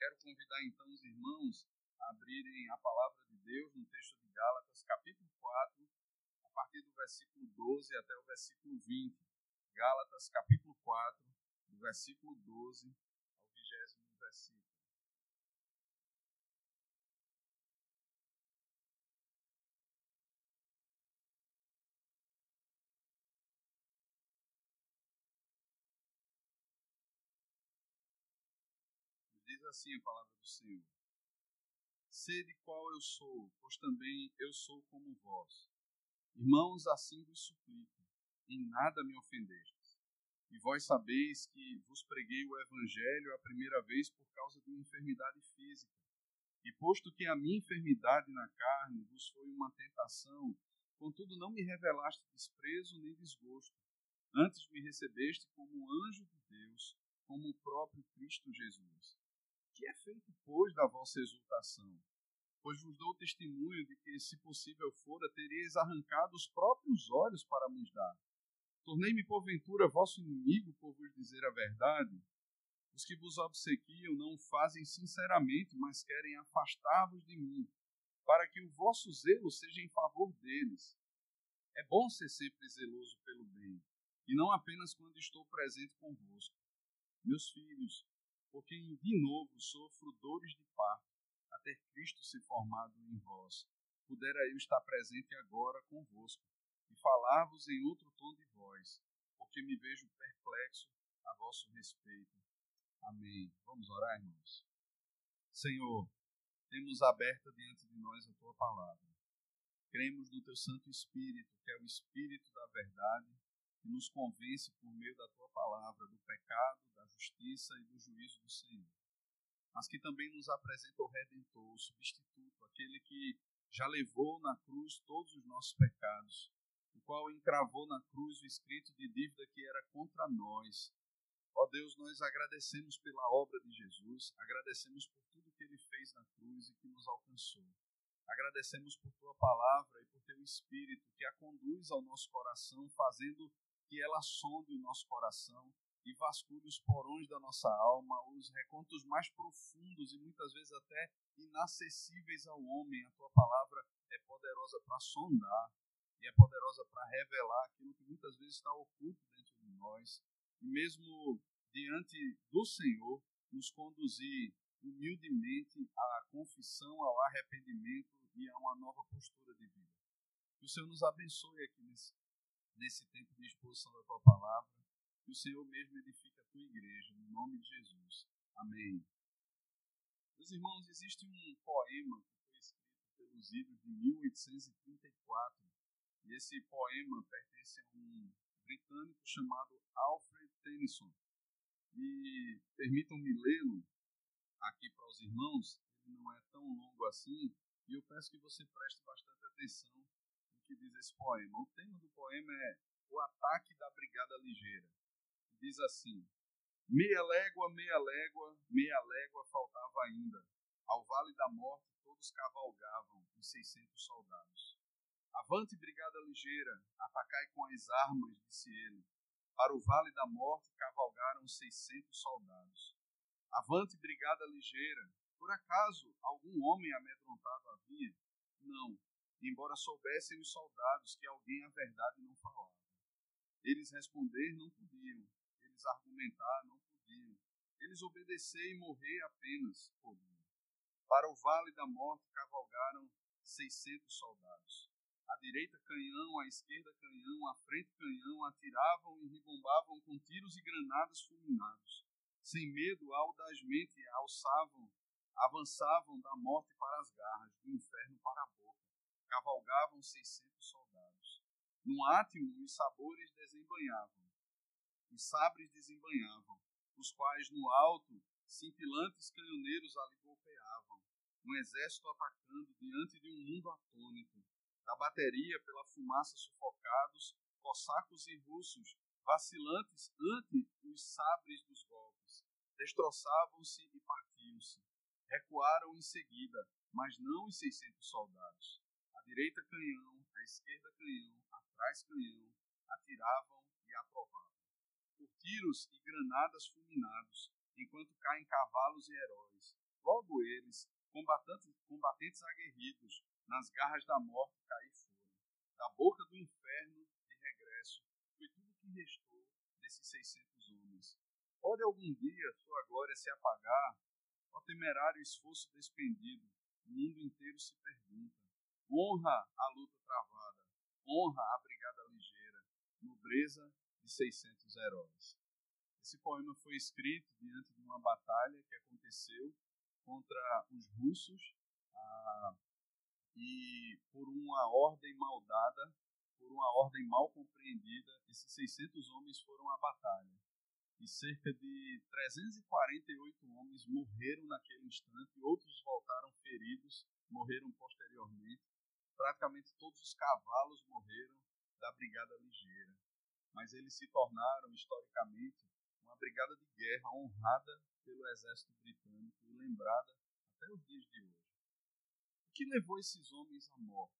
Quero convidar então os irmãos a abrirem a palavra de Deus no texto de Gálatas, capítulo 4, a partir do versículo 12 até o versículo 20. Gálatas, capítulo 4, do versículo 12 ao 20º versículo. Diz assim a palavra do Senhor: Sede qual eu sou, pois também eu sou como vós. Irmãos, assim vos suplico, em nada me ofendestes. E vós sabeis que vos preguei o Evangelho a primeira vez por causa de uma enfermidade física. E posto que a minha enfermidade na carne vos foi uma tentação, contudo não me revelaste desprezo nem desgosto. Antes me recebeste como um anjo de Deus, como o próprio Cristo Jesus. Que é feito, pois, da vossa exultação? Pois vos dou testemunho de que, se possível fora, teríeis arrancado os próprios olhos para nos dar. Tornei-me, porventura, vosso inimigo por vos dizer a verdade? Os que vos obsequiam não o fazem sinceramente, mas querem afastar-vos de mim, para que o vosso zelo seja em favor deles. É bom ser sempre zeloso pelo bem, e não apenas quando estou presente convosco. Meus filhos, por quem de novo sofro dores de parto, até Cristo se formado em vós, pudera eu estar presente agora convosco, e falar-vos em outro tom de voz, porque me vejo perplexo a vosso respeito. Amém. Vamos orar, irmãos? Senhor, temos aberta diante de nós a Tua palavra. Cremos no Teu Santo Espírito, que é o Espírito da verdade, que nos convence por meio da Tua palavra do pecado, da justiça e do juízo do Senhor. Mas que também nos apresenta o Redentor, o substituto, aquele que já levou na cruz todos os nossos pecados, o qual encravou na cruz o escrito de dívida que era contra nós. Ó Deus, nós agradecemos pela obra de Jesus, agradecemos por tudo que Ele fez na cruz e que nos alcançou. Agradecemos por Tua palavra e por Teu Espírito que a conduz ao nosso coração, fazendo que ela sonde o nosso coração e vasculhe os porões da nossa alma, os recontos mais profundos e muitas vezes até inacessíveis ao homem. A Tua palavra é poderosa para sondar e é poderosa para revelar aquilo que muitas vezes está oculto dentro de nós. E mesmo diante do Senhor, nos conduzir humildemente à confissão, ao arrependimento e a uma nova postura de vida. Que o Senhor nos abençoe aqui nesse tempo de exposição da Tua palavra. Que o Senhor mesmo edifique a Tua igreja, no nome de Jesus. Amém. Meus irmãos, existe um poema que foi escrito pelos idos de 1834. E esse poema pertence a um britânico chamado Alfred Tennyson. E permitam-me lê-lo aqui para os irmãos. Ele não é tão longo assim, e eu peço que você preste bastante atenção no que diz esse poema. O tema do poema é O Ataque da Brigada Ligeira. Diz assim: meia légua faltava ainda. Ao Vale da Morte todos cavalgavam os 600 soldados. Avante, brigada ligeira, atacai com as armas, disse ele. Para o Vale da Morte cavalgaram 600 soldados. Avante, brigada ligeira, por acaso algum homem amedrontado havia? Não, embora soubessem os soldados que alguém a verdade não falava. Eles responder não podiam, eles argumentar não podiam, eles obedecer e morrer apenas podiam. Para o Vale da Morte cavalgaram 600 soldados. À direita canhão, à esquerda canhão, à frente canhão, atiravam e ribombavam com tiros e granadas fulminados. Sem medo, audazmente avançavam da morte para as garras, do inferno para a boca. Cavalgavam 600 soldados. Num átimo, os sabores desembanhavam, os sabres desembanhavam, os quais no alto, cintilantes canhoneiros ali golpeavam. Um exército atacando diante de um mundo atônito. Da bateria, pela fumaça sufocados, cossacos e russos, vacilantes ante os sabres dos golpes. Destroçavam-se e partiam-se. Recuaram em seguida, mas não os 600 soldados. À direita canhão, à esquerda canhão, atrás canhão, atiravam e aprovavam. Por tiros e granadas fulminados, enquanto caem cavalos e heróis. logo eles, combatentes aguerridos, nas garras da morte cair foram. Da boca do inferno, de regresso, foi tudo que restou desses 600 homens. Pode algum dia sua glória se apagar? Ó temerário esforço despendido, o mundo inteiro se pergunta. Honra a luta travada, honra a brigada ligeira, nobreza de 600 heróis. Esse poema foi escrito diante de uma batalha que aconteceu contra os russos e por uma ordem mal dada, por uma ordem mal compreendida, esses 600 homens foram à batalha. E cerca de 348 homens morreram naquele instante, outros voltaram feridos, morreram posteriormente. Praticamente todos os cavalos morreram da Brigada Ligeira. Mas eles se tornaram, historicamente, uma brigada de guerra honrada pelo exército britânico e lembrada até os dias de hoje. O que levou esses homens à morte?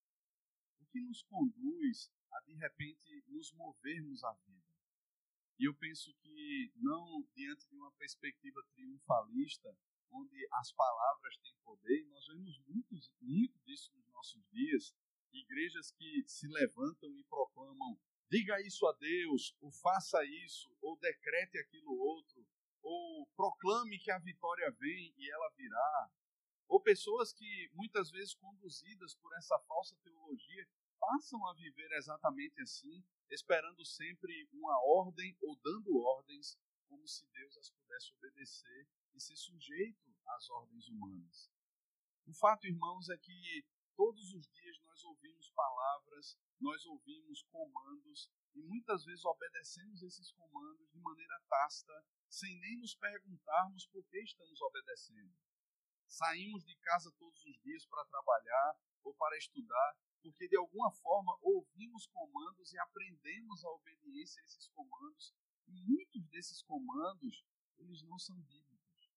O que nos conduz a, de repente, nos movermos à vida? E eu penso que não diante de uma perspectiva triunfalista, onde as palavras têm poder, e nós vemos muito disso nos nossos dias, igrejas que se levantam e proclamam, diga isso a Deus, ou faça isso, ou decrete aquilo outro, ou proclame que a vitória vem e ela virá, ou pessoas que muitas vezes conduzidas por essa falsa teologia passam a viver exatamente assim, esperando sempre uma ordem ou dando ordens, como se Deus as pudesse obedecer e ser sujeito às ordens humanas. O fato, irmãos, é que todos os dias nós ouvimos palavras, nós ouvimos comandos e muitas vezes obedecemos esses comandos de maneira tácita, sem nem nos perguntarmos por que estamos obedecendo. Saímos de casa todos os dias para trabalhar ou para estudar, porque de alguma forma ouvimos comandos e aprendemos a obediência a esses comandos. E muitos desses comandos, eles não são bíblicos.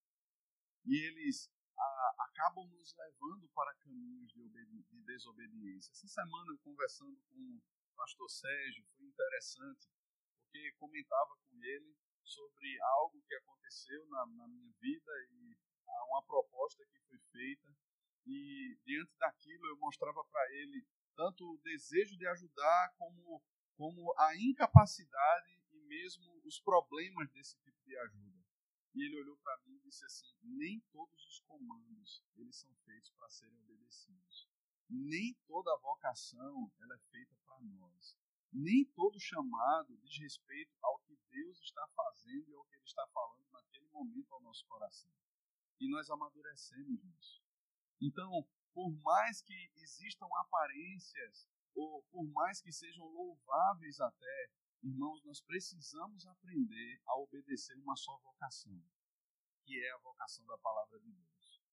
E eles acabam nos levando para caminhos de desobediência. Essa semana eu conversando com o pastor Sérgio, foi interessante, porque comentava com ele sobre algo que aconteceu na minha vida e uma proposta que foi feita, e diante daquilo eu mostrava para ele tanto o desejo de ajudar como a incapacidade e mesmo os problemas desse tipo de ajuda. E ele olhou para mim e disse assim, nem todos os comandos eles são feitos para serem obedecidos. Nem toda a vocação ela é feita para nós. Nem todo chamado diz respeito ao que Deus está fazendo e ao que Ele está falando naquele momento ao nosso coração. E nós amadurecemos nisso. Então, por mais que existam aparências, ou por mais que sejam louváveis até, irmãos, nós precisamos aprender a obedecer uma só vocação, que é a vocação da palavra de Deus.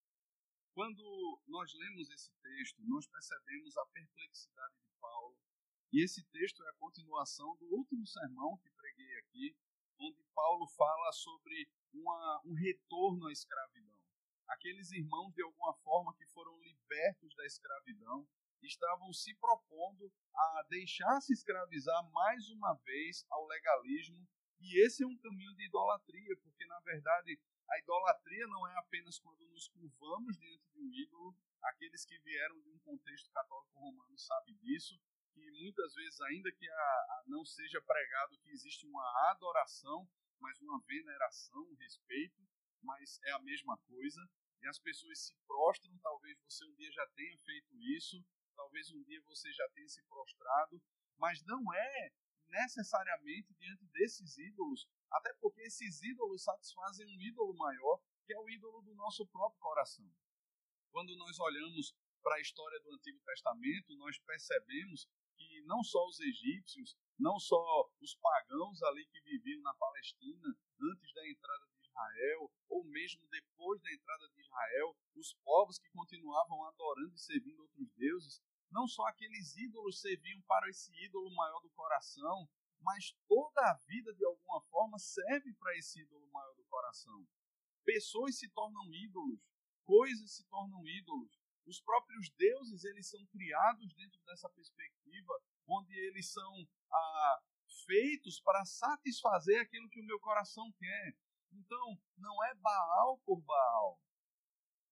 Quando nós lemos esse texto, nós percebemos a perplexidade de Paulo, e esse texto é a continuação do último sermão que preguei aqui, onde Paulo fala sobre um retorno à escravidão. Aqueles irmãos, de alguma forma, que foram libertos da escravidão, estavam se propondo a deixar se escravizar mais uma vez ao legalismo, e esse é um caminho de idolatria, porque, na verdade, a idolatria não é apenas quando nos curvamos diante de um ídolo. Aqueles que vieram de um contexto católico romano sabem disso, que muitas vezes, ainda que não seja pregado que existe uma adoração, mas uma veneração, um respeito, mas é a mesma coisa, e as pessoas se prostram. Talvez você um dia já tenha feito isso, talvez um dia você já tenha se prostrado, mas não é necessariamente diante desses ídolos, até porque esses ídolos satisfazem um ídolo maior, que é o ídolo do nosso próprio coração. Quando nós olhamos para a história do Antigo Testamento, nós percebemos que não só os egípcios, não só os pagãos ali que viviam na Palestina antes da entrada de Israel, ou mesmo depois da entrada de Israel, os povos que continuavam adorando e servindo outros deuses, não só aqueles ídolos serviam para esse ídolo maior do coração, mas toda a vida, de alguma forma, serve para esse ídolo maior do coração. Pessoas se tornam ídolos, coisas se tornam ídolos. Os próprios deuses, eles são criados dentro dessa perspectiva, onde eles são feitos para satisfazer aquilo que o meu coração quer. Então, não é Baal por Baal.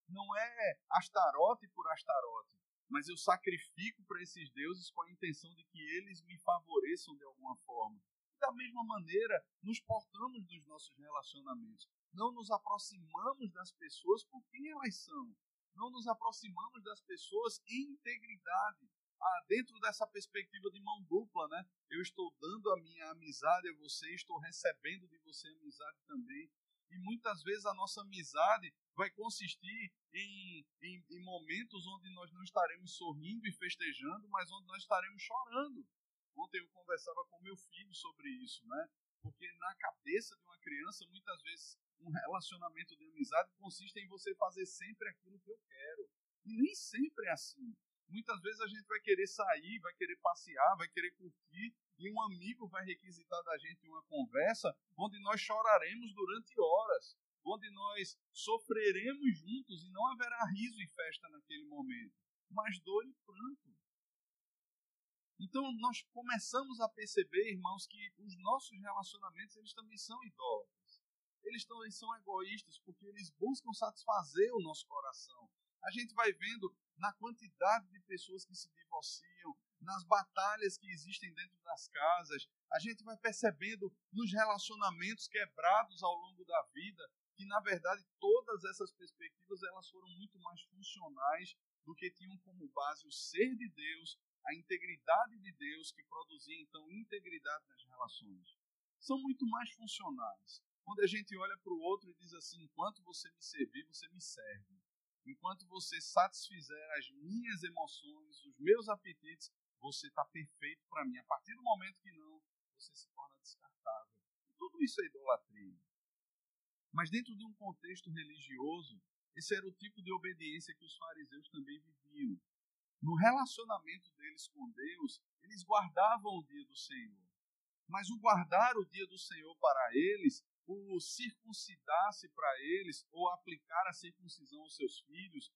não é Astarote por Astarote, mas eu sacrifico para esses deuses com a intenção de que eles me favoreçam de alguma forma. Da mesma maneira, nos portamos dos nossos relacionamentos. Não nos aproximamos das pessoas por quem elas são. Não nos aproximamos das pessoas em integridade. Dentro dessa perspectiva de mão dupla, né? Eu estou dando a minha amizade a você, estou recebendo de você amizade também. E muitas vezes a nossa amizade vai consistir em momentos onde nós não estaremos sorrindo e festejando, mas onde nós estaremos chorando. Ontem eu conversava com meu filho sobre isso, né? Porque na cabeça de uma criança, muitas vezes, um relacionamento de amizade consiste em você fazer sempre aquilo que eu quero. E nem sempre é assim. Muitas vezes a gente vai querer sair, vai querer passear, vai querer curtir, e um amigo vai requisitar da gente uma conversa onde nós choraremos durante horas, onde nós sofreremos juntos e não haverá riso e festa naquele momento, mas dor e pranto. Então, nós começamos a perceber, irmãos, que os nossos relacionamentos, eles também são idólatras. Eles também são egoístas, porque eles buscam satisfazer o nosso coração. A gente vai vendo na quantidade de pessoas que se divorciam, nas batalhas que existem dentro das casas. A gente vai percebendo nos relacionamentos quebrados ao longo da vida, que, na verdade, todas essas perspectivas elas foram muito mais funcionais do que tinham como base o ser de Deus, a integridade de Deus, que produzia, então, integridade nas relações. São muito mais funcionais. Onde a gente olha para o outro e diz assim, enquanto você me servir, você me serve. Enquanto você satisfizer as minhas emoções, os meus apetites, você está perfeito para mim. A partir do momento que não, você se torna descartável. E tudo isso é idolatria. Mas dentro de um contexto religioso, esse era o tipo de obediência que os fariseus também viviam. No relacionamento deles com Deus, eles guardavam o dia do Senhor. Mas o guardar o dia do Senhor para eles, o circuncidar-se para eles, ou aplicar a circuncisão aos seus filhos,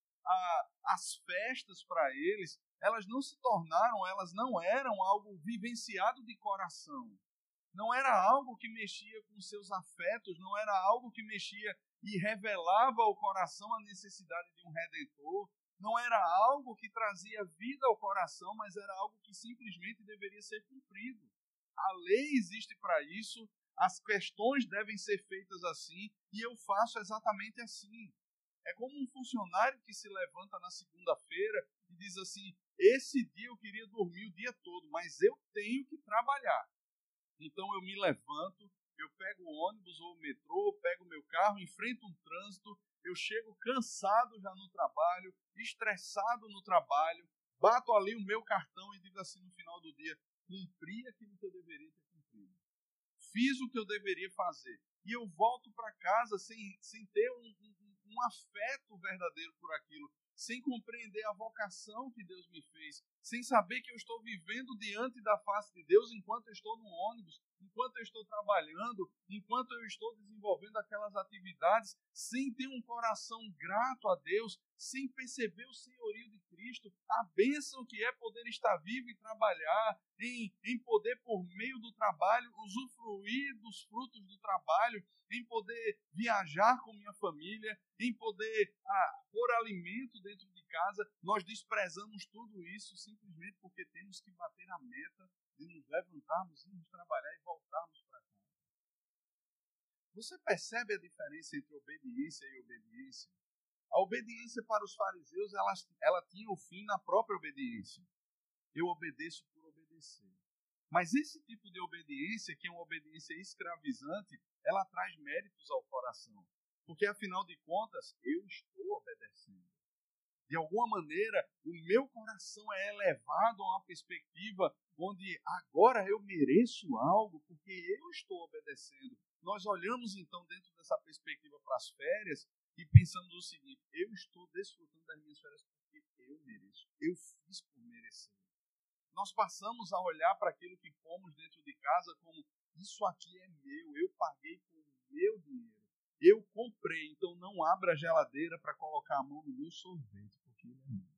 as festas para eles, elas não se tornaram, elas não eram algo vivenciado de coração. Não era algo que mexia com seus afetos, não era algo que mexia e revelava ao coração a necessidade de um redentor, não era algo que trazia vida ao coração, mas era algo que simplesmente deveria ser cumprido. A lei existe para isso, as questões devem ser feitas assim, e eu faço exatamente assim. É como um funcionário que se levanta na segunda-feira e diz assim, esse dia eu queria dormir o dia todo, mas eu tenho que trabalhar. Então eu me levanto, eu pego o ônibus ou o metrô, pego o meu carro, enfrento um trânsito, eu chego cansado já no trabalho, estressado no trabalho, bato ali o meu cartão e digo assim no final do dia, cumpri aquilo que eu deveria ter cumprido. Fiz o que eu deveria fazer. E eu volto para casa sem ter um afeto verdadeiro por aquilo, sem compreender a vocação que Deus me fez, sem saber que eu estou vivendo diante da face de Deus enquanto eu estou no ônibus, enquanto eu estou trabalhando, enquanto eu estou desenvolvendo aquelas atividades, sem ter um coração grato a Deus, sem perceber o senhorio de Cristo, a bênção que é poder estar vivo e trabalhar, em poder, por meio do trabalho, usufruir dos frutos do trabalho, em poder viajar com minha família, em poder pôr alimento dentro de casa. Nós desprezamos tudo isso simplesmente porque temos que bater a meta de nos levantarmos, irmos trabalhar e voltarmos para casa. Você percebe a diferença entre obediência e obediência? A obediência para os fariseus, ela tinha o fim na própria obediência. Eu obedeço por obedecer. Mas esse tipo de obediência, que é uma obediência escravizante, ela traz méritos ao coração. Porque, afinal de contas, eu estou obedecendo. De alguma maneira, o meu coração é elevado a uma perspectiva onde agora eu mereço algo porque eu estou obedecendo. Nós olhamos, então, dentro dessa perspectiva para as férias e pensamos o seguinte, eu estou desfrutando das minhas férias porque eu mereço. Eu fiz por merecer. Nós passamos a olhar para aquilo que fomos dentro de casa como isso aqui é meu, eu paguei com o meu dinheiro, eu comprei, então não abra a geladeira para colocar a mão no meu sorvete, porque ele é meu.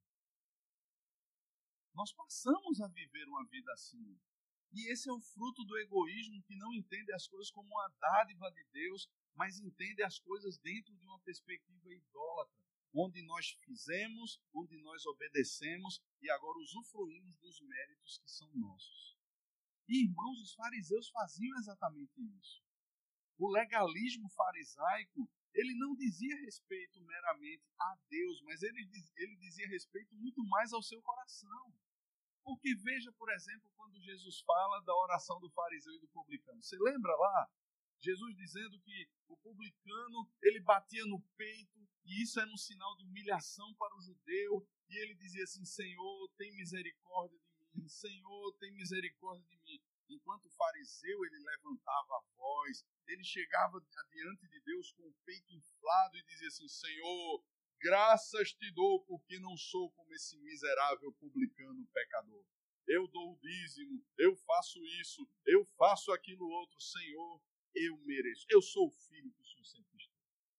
Nós passamos a viver uma vida assim. E esse é o fruto do egoísmo que não entende as coisas como uma dádiva de Deus, mas entende as coisas dentro de uma perspectiva idólatra, onde nós fizemos, onde nós obedecemos e agora usufruímos dos méritos que são nossos. E, irmãos, os fariseus faziam exatamente isso. O legalismo farisaico, ele não dizia respeito meramente a Deus, mas ele dizia respeito muito mais ao seu coração. Porque veja, por exemplo, quando Jesus fala da oração do fariseu e do publicano. Você lembra lá? Jesus dizendo que o publicano, ele batia no peito, e isso era um sinal de humilhação para o judeu, e ele dizia assim: Senhor, tem misericórdia de mim, Senhor, tem misericórdia de mim. Enquanto o fariseu, ele levantava a voz, ele chegava diante de Deus com o peito inflado e dizia assim: Senhor, graças te dou porque não sou como esse miserável publicano pecador. Eu dou o dízimo, eu faço isso, eu faço aquilo outro, Senhor, eu mereço. Eu sou o filho que o Senhor sempre esteve.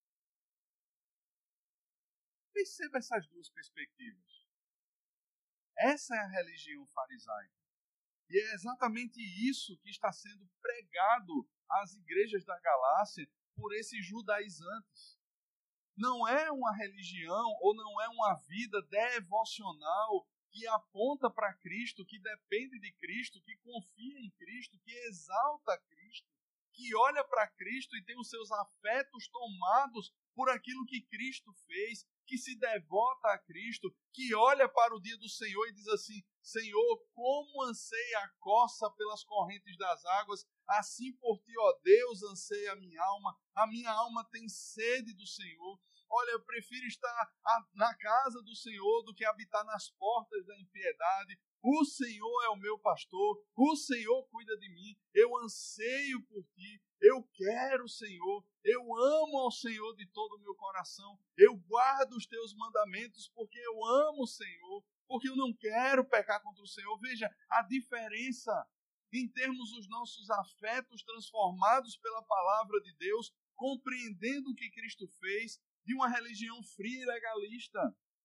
Perceba essas duas perspectivas. Essa é a religião farisaica. E é exatamente isso que está sendo pregado às igrejas da Galácia por esses judaizantes. Não é uma religião ou não é uma vida devocional que aponta para Cristo, que depende de Cristo, que confia em Cristo, que exalta Cristo, que olha para Cristo e tem os seus afetos tomados por aquilo que Cristo fez, que se devota a Cristo, que olha para o dia do Senhor e diz assim: Senhor, como anseia a corça pelas correntes das águas, assim por ti, ó Deus, anseia a minha alma tem sede do Senhor. Olha, eu prefiro estar na casa do Senhor do que habitar nas portas da impiedade. O Senhor é o meu pastor, o Senhor cuida de mim, eu anseio por ti, eu quero o Senhor, eu amo ao Senhor de todo o meu coração, eu guardo os teus mandamentos porque eu amo o Senhor, porque eu não quero pecar contra o Senhor. Veja a diferença em termos dos nossos afetos transformados pela palavra de Deus, compreendendo o que Cristo fez, de uma religião fria e legalista.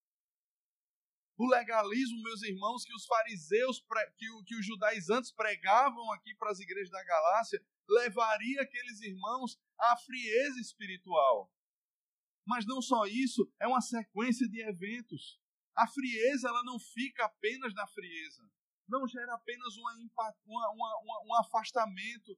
O legalismo, meus irmãos, que os fariseus, que os judaizantes pregavam aqui para as igrejas da Galácia, levaria aqueles irmãos à frieza espiritual. Mas não só isso, é uma sequência de eventos. A frieza, ela não fica apenas na frieza. Não gera apenas um afastamento,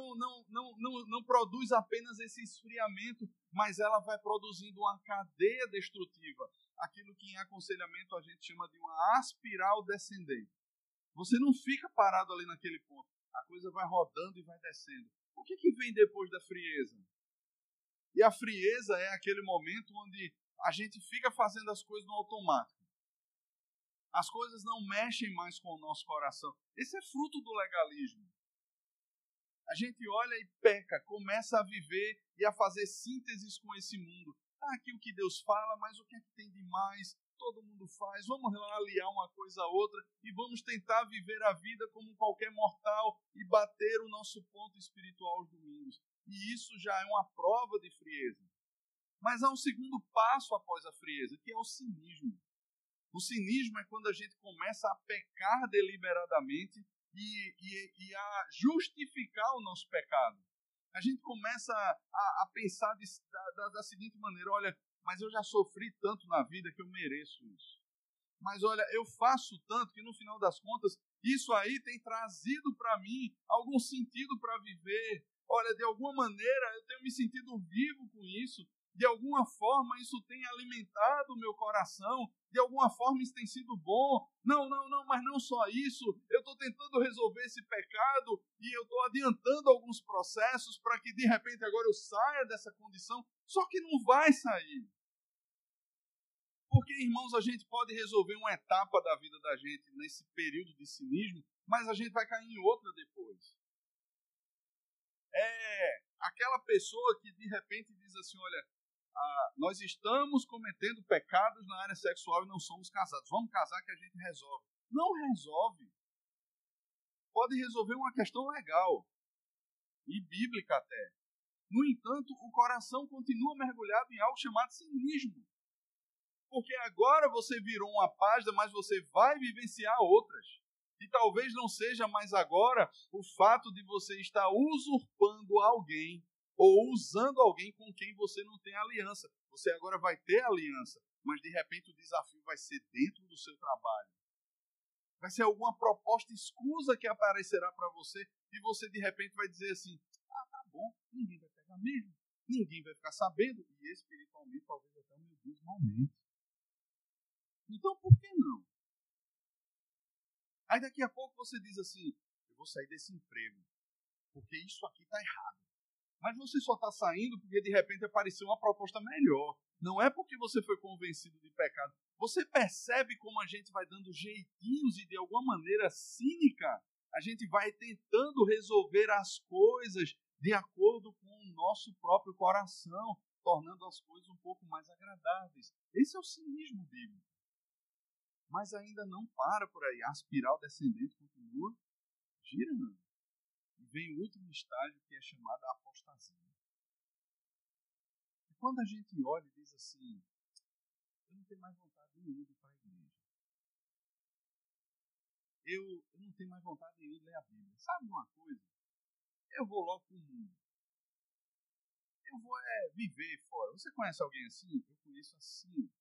não produz apenas esse esfriamento, mas ela vai produzindo uma cadeia destrutiva. Aquilo que em aconselhamento a gente chama de uma aspiral descendente. Você não fica parado ali naquele ponto. A coisa vai rodando e vai descendo. O que vem depois da frieza? E a frieza é aquele momento onde a gente fica fazendo as coisas no automático. As coisas não mexem mais com o nosso coração. Esse é fruto do legalismo. A gente olha e peca, começa a viver e a fazer sínteses com esse mundo. Aqui o que Deus fala, mas o que é que tem de mais? Todo mundo faz. Vamos lá aliar uma coisa a outra e vamos tentar viver a vida como qualquer mortal e bater o nosso ponto espiritual aos domingos. E isso já é uma prova de frieza. Mas há um segundo passo após a frieza, que é o cinismo. O cinismo é quando a gente começa a pecar deliberadamente e a justificar o nosso pecado. A gente começa a pensar da seguinte maneira: olha, mas eu já sofri tanto na vida que eu mereço isso. Mas olha, eu faço tanto que no final das contas, isso aí tem trazido para mim algum sentido para viver. Olha, de alguma maneira eu tenho me sentido vivo com isso. De alguma forma isso tem alimentado o meu coração, de alguma forma isso tem sido bom. Não, mas não só isso. Eu estou tentando resolver esse pecado e eu estou adiantando alguns processos para que de repente agora eu saia dessa condição. Só que não vai sair. Porque, irmãos, a gente pode resolver uma etapa da vida da gente nesse período de cinismo, mas a gente vai cair em outra depois. É aquela pessoa que de repente diz assim: olha, nós estamos cometendo pecados na área sexual e não somos casados. Vamos casar que a gente resolve. Não resolve. Pode resolver uma questão legal e bíblica até. No entanto, o coração continua mergulhado em algo chamado cinismo. Porque agora você virou uma página, mas você vai vivenciar outras. E talvez não seja mais agora o fato de você estar usurpando alguém ou usando alguém com quem você não tem aliança. Você agora vai ter aliança, mas de repente o desafio vai ser dentro do seu trabalho. Vai ser alguma proposta escusa que aparecerá para você e você de repente vai dizer assim, tá bom, ninguém vai pegar mesmo, ninguém vai ficar sabendo, e espiritualmente talvez até o meu Deus não aumente. Então por que não? Aí daqui a pouco você diz assim, eu vou sair desse emprego, porque isso aqui está errado. Mas você só está saindo porque de repente apareceu uma proposta melhor. Não é porque você foi convencido de pecado. Você percebe como a gente vai dando jeitinhos e de alguma maneira cínica a gente vai tentando resolver as coisas de acordo com o nosso próprio coração, tornando as coisas um pouco mais agradáveis. Esse é o cinismo bíblico. Mas ainda não para por aí. A espiral descendente continua girando. E vem o último estágio, que é chamado a apostasia. E quando a gente olha e diz assim, eu não tenho mais vontade nenhuma de ir para a igreja. Eu não tenho mais vontade nenhuma de ler a Bíblia. Sabe uma coisa? Eu vou logo para o mundo. Eu vou viver fora. Você conhece alguém assim? Eu conheço assim.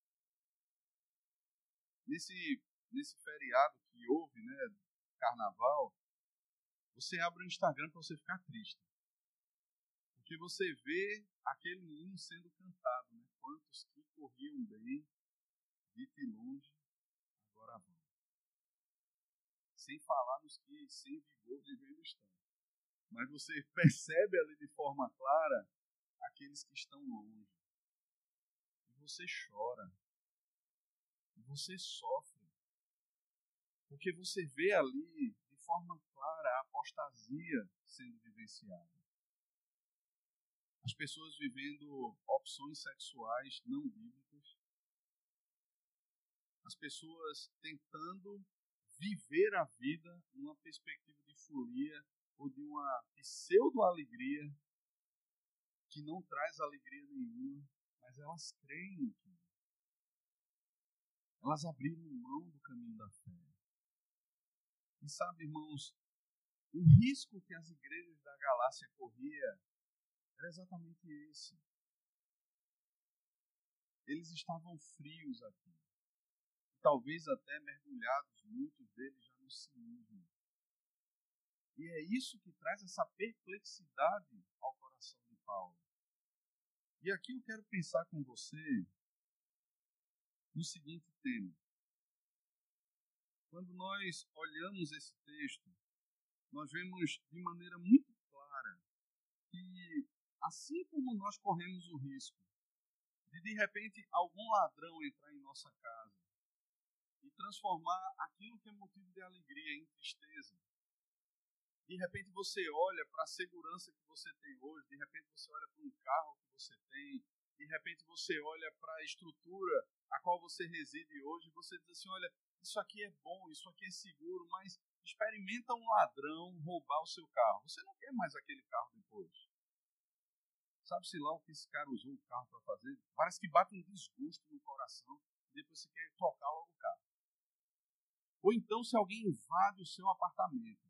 Nesse feriado que houve, né, carnaval, você abre o Instagram para você ficar triste. Porque você vê aquele hino sendo cantado, né? Quantos que corriam bem, de longe, agora vão. Sem falar nos que sem vigor vivendo estão. Mas você percebe ali de forma clara aqueles que estão longe. E você chora. E você sofre. Porque você vê ali de forma clara a apostasia sendo vivenciada. As pessoas vivendo opções sexuais não bíblicas. As pessoas tentando viver a vida numa perspectiva de folia ou de uma pseudo-alegria que não traz alegria nenhuma, mas elas creem naquilo. Elas abriram mão do caminho da fé. E sabe, irmãos, o risco que as igrejas da Galácia corriam era exatamente esse. Eles estavam frios aqui. Talvez até mergulhados, muitos deles já no cinismo. E é isso que traz essa perplexidade ao coração de Paulo. E aqui eu quero pensar com você no seguinte tema. Quando nós olhamos esse texto, nós vemos de maneira muito clara que, assim como nós corremos o risco de repente, algum ladrão entrar em nossa casa e transformar aquilo que é motivo de alegria em tristeza, de repente você olha para a segurança que você tem hoje, de repente você olha para um carro que você tem, de repente você olha para a estrutura a qual você reside hoje e você diz assim, olha, isso aqui é bom, isso aqui é seguro, mas experimenta um ladrão roubar o seu carro. Você não quer mais aquele carro depois. Sabe-se lá o que esse cara usou o carro para fazer? Parece que bate um desgosto no coração e depois você quer trocar logo o carro. Ou então se alguém invade o seu apartamento,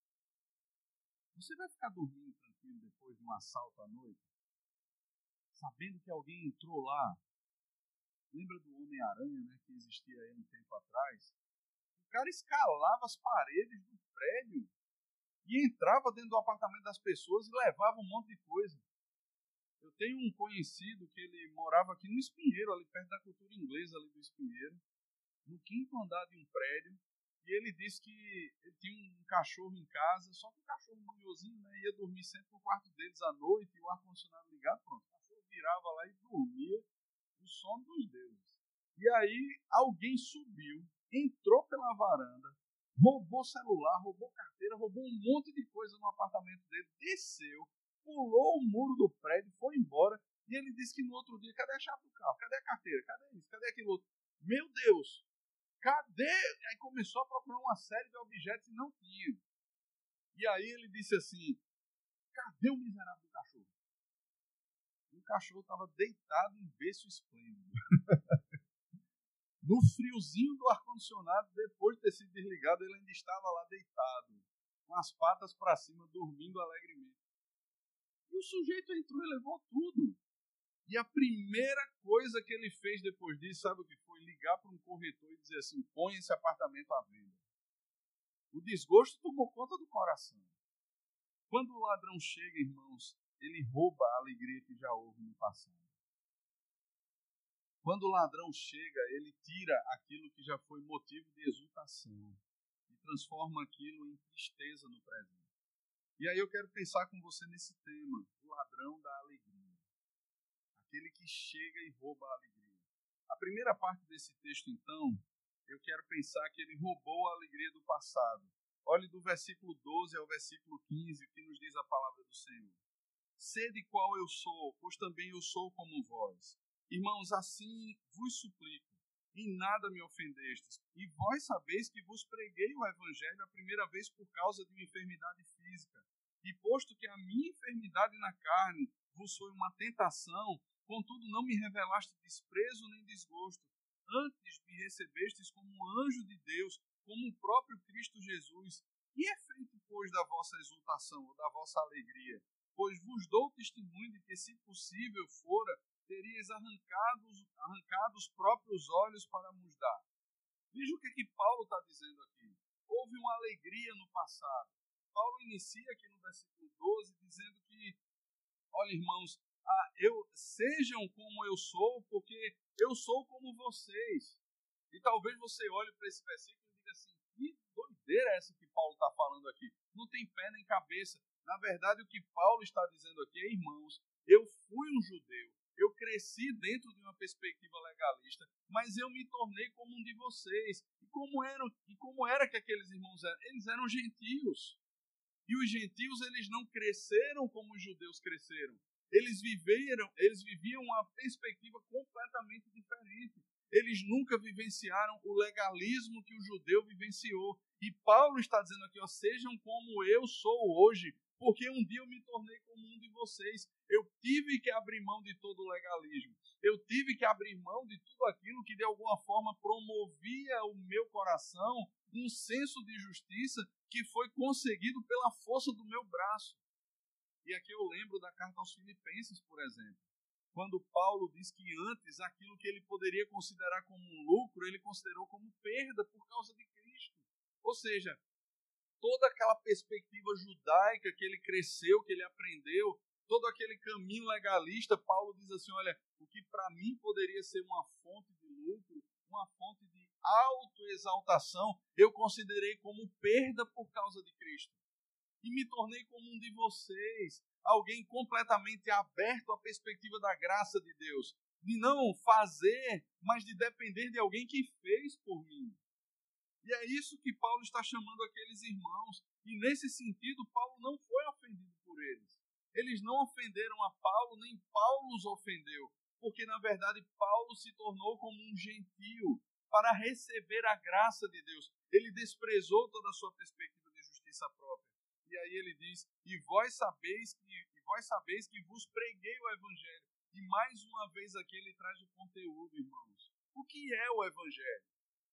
você vai ficar dormindo tranquilo depois de um assalto à noite? Sabendo que alguém entrou lá? Lembra do Homem-Aranha, né, que existia aí um tempo atrás? O cara escalava as paredes do prédio e entrava dentro do apartamento das pessoas e levava um monte de coisa. Eu tenho um conhecido que ele morava aqui no Espinheiro, ali perto da cultura inglesa ali do Espinheiro, no 5º andar de um prédio, e ele disse que ele tinha um cachorro em casa, só que o cachorro manhozinho, né, ia dormir sempre no quarto deles à noite, e o ar-condicionado ligado, pronto, o cachorro virava lá e dormia o sono dos deuses. E aí alguém subiu, entrou pela varanda, roubou celular, roubou carteira, roubou um monte de coisa no apartamento dele, desceu, pulou o muro do prédio, foi embora, e ele disse que no outro dia, cadê a chave do carro? Cadê a carteira? Cadê isso? Cadê aquilo outro? Meu Deus! Cadê? Aí começou a procurar uma série de objetos e não tinha. E aí ele disse assim, cadê o miserável do cachorro? E o cachorro estava deitado em berço esplêndido. No friozinho do ar-condicionado, depois de ter sido desligado, ele ainda estava lá deitado, com as patas para cima, dormindo alegremente. E o sujeito entrou e levou tudo. E a primeira coisa que ele fez depois disso, sabe o que foi? Ligar para um corretor e dizer assim, põe esse apartamento à venda. O desgosto tomou conta do coração. Quando o ladrão chega, irmãos, ele rouba a alegria que já houve no passado. Quando o ladrão chega, ele tira aquilo que já foi motivo de exultação e transforma aquilo em tristeza no presente. E aí eu quero pensar com você nesse tema, o ladrão da alegria. Aquele que chega e rouba a alegria. A primeira parte desse texto, então, eu quero pensar que ele roubou a alegria do passado. Olhe do versículo 12 ao versículo 15, o que nos diz a palavra do Senhor. Sede qual eu sou, pois também eu sou como vós. Irmãos, assim vos suplico, em nada me ofendestes. E vós sabeis que vos preguei o evangelho a primeira vez por causa de uma enfermidade física. E posto que a minha enfermidade na carne vos foi uma tentação, contudo não me revelaste desprezo nem desgosto. Antes me recebestes como um anjo de Deus, como o próprio Cristo Jesus. E é feito, pois, da vossa exultação, ou da vossa alegria. Pois vos dou testemunho de que, se possível fora, teríeis arrancado os próprios olhos para nos dar. Veja o que Paulo está dizendo aqui. Houve uma alegria no passado. Paulo inicia aqui no versículo 12 dizendo que, olha, irmãos, sejam como eu sou, porque eu sou como vocês. E talvez você olhe para esse versículo e diga assim, que doideira é essa que Paulo está falando aqui? Não tem pé nem cabeça. Na verdade, o que Paulo está dizendo aqui é, irmãos, eu fui um judeu, eu cresci dentro de uma perspectiva legalista, mas eu me tornei como um de vocês. E como era que aqueles irmãos eram? Eles eram gentios. E os gentios, eles não cresceram como os judeus cresceram. Eles viviam uma perspectiva completamente diferente. Eles nunca vivenciaram o legalismo que o judeu vivenciou. E Paulo está dizendo aqui, sejam como eu sou hoje, porque um dia eu me tornei como um de vocês. Eu tive que abrir mão de todo o legalismo. Eu tive que abrir mão de tudo aquilo que de alguma forma promovia o meu coração um senso de justiça que foi conseguido pela força do meu braço. E aqui eu lembro da carta aos Filipenses, por exemplo. Quando Paulo diz que antes aquilo que ele poderia considerar como um lucro, ele considerou como perda por causa de Cristo. Ou seja, toda aquela perspectiva judaica que ele cresceu, que ele aprendeu, todo aquele caminho legalista, Paulo diz assim, olha, o que para mim poderia ser uma fonte de lucro, uma fonte de autoexaltação, eu considerei como perda por causa de Cristo. E me tornei como um de vocês, alguém completamente aberto à perspectiva da graça de Deus, de não fazer, mas de depender de alguém que fez por mim. E é isso que Paulo está chamando aqueles irmãos. E nesse sentido, Paulo não foi ofendido por eles. Eles não ofenderam a Paulo, nem Paulo os ofendeu. Porque, na verdade, Paulo se tornou como um gentio para receber a graça de Deus. Ele desprezou toda a sua perspectiva de justiça própria. E aí ele diz, e vós sabeis que vos preguei o evangelho. E mais uma vez aqui ele traz o conteúdo, irmãos. O que é o evangelho?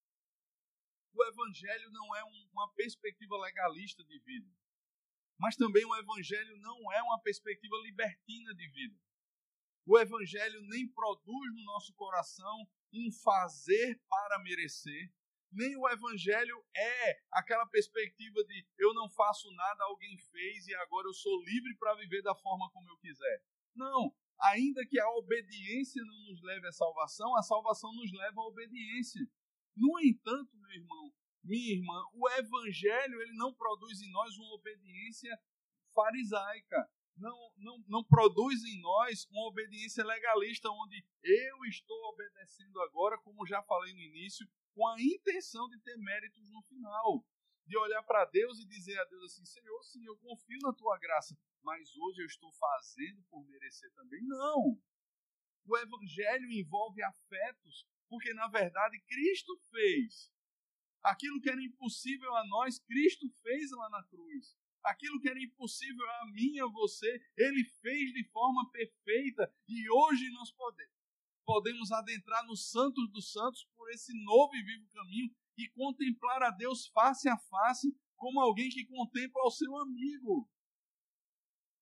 O evangelho não é uma perspectiva legalista de vida. Mas também o evangelho não é uma perspectiva libertina de vida. O evangelho nem produz no nosso coração um fazer para merecer, nem o evangelho é aquela perspectiva de eu não faço nada, alguém fez e agora eu sou livre para viver da forma como eu quiser. Não, ainda que a obediência não nos leve à salvação, a salvação nos leva à obediência. No entanto, meu irmão, minha irmã, o evangelho ele não produz em nós uma obediência farisaica. Não produz em nós uma obediência legalista, onde eu estou obedecendo agora, como já falei no início, com a intenção de ter méritos no final. De olhar para Deus e dizer a Deus assim, Senhor, sim, eu confio na tua graça, mas hoje eu estou fazendo por merecer também. Não! O evangelho envolve afetos, porque na verdade Cristo fez. Aquilo que era impossível a nós, Cristo fez lá na cruz. Aquilo que era impossível a mim e a você, Ele fez de forma perfeita. E hoje nós podemos adentrar no Santos dos Santos por esse novo e vivo caminho e contemplar a Deus face a face como alguém que contempla o seu amigo.